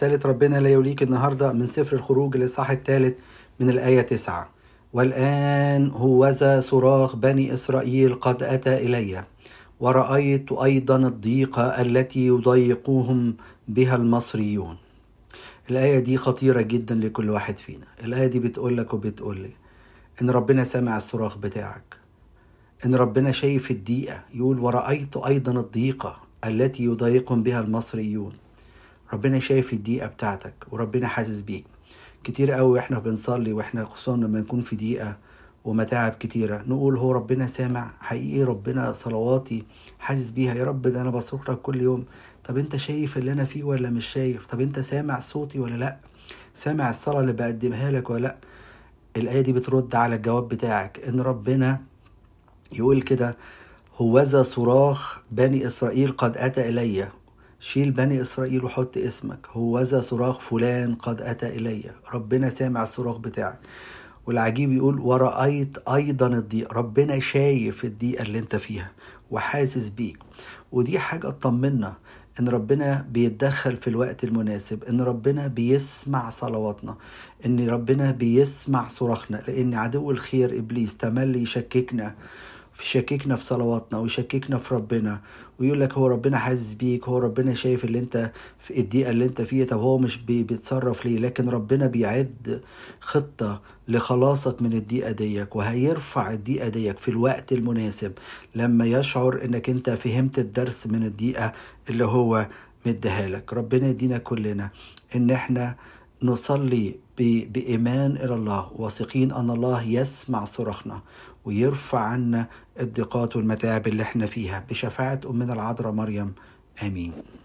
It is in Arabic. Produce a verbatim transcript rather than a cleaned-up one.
ثالث ربنا لا يوليك النهاردة من سفر الخروج الإصحاح الثالث من الآية تسعة. والآن هوذا صراخ بني إسرائيل قد أتى إلي، ورأيت أيضا الضيقة التي يضيقوهم بها المصريون. الآية دي خطيرة جدا لكل واحد فينا. الآية دي بتقول لك وبتقول لي إن ربنا سامع الصراخ بتاعك، إن ربنا شايف الضيقة. يقول ورأيت أيضا الضيقة التي يضايقهم بها المصريون. ربنا شايف الضيقة بتاعتك وربنا حاسس بيك. كتير قوي احنا بنصلي واحنا خصوصا لما نكون في ضيقة ومتاعب كتيرة نقول هو ربنا سامع. حقيقي ربنا صلواتي حاسس بيها. يا رب ده انا بصرخ لك كل يوم. طب انت شايف اللي انا فيه ولا مش شايف؟ طب انت سامع صوتي ولا لا؟ سامع الصلاة اللي بقدمها لك ولا لا؟ الآية دي بترد على الجواب بتاعك ان ربنا يقول كده: هوذا صراخ بني إسرائيل قد أتى إلي. شيل بني إسرائيل وحط اسمك. هوذا صراخ فلان قد أتى إلي. ربنا سامع الصراخ بتاعك. والعجيب يقول ورأيت أيضا الضيق. ربنا شايف الضيقة اللي انت فيها وحاسس بيك. ودي حاجة تطمنا ان ربنا بيتدخل في الوقت المناسب، ان ربنا بيسمع صلواتنا، ان ربنا بيسمع صراخنا. لان عدو الخير إبليس تملي يشككنا يشككنا في صلواتنا ويشككنا في ربنا، ويقول لك هو ربنا حاسس بيك، هو ربنا شايف اللي انت في الضيقه اللي انت فيها، طب هو مش بي بيتصرف ليه؟ لكن ربنا بيعد خطه لخلاصك من الضيقه ديك، وهيرفع الضيقه ديك في الوقت المناسب لما يشعر انك انت فهمت الدرس من الضيقه اللي هو مديها لك. ربنا يدينا كلنا ان احنا نصلي بإيمان إلى الله، واثقين أن الله يسمع صراخنا ويرفع عنا الضيقات والمتاعب اللي احنا فيها بشفاعة أمنا العذراء مريم. آمين.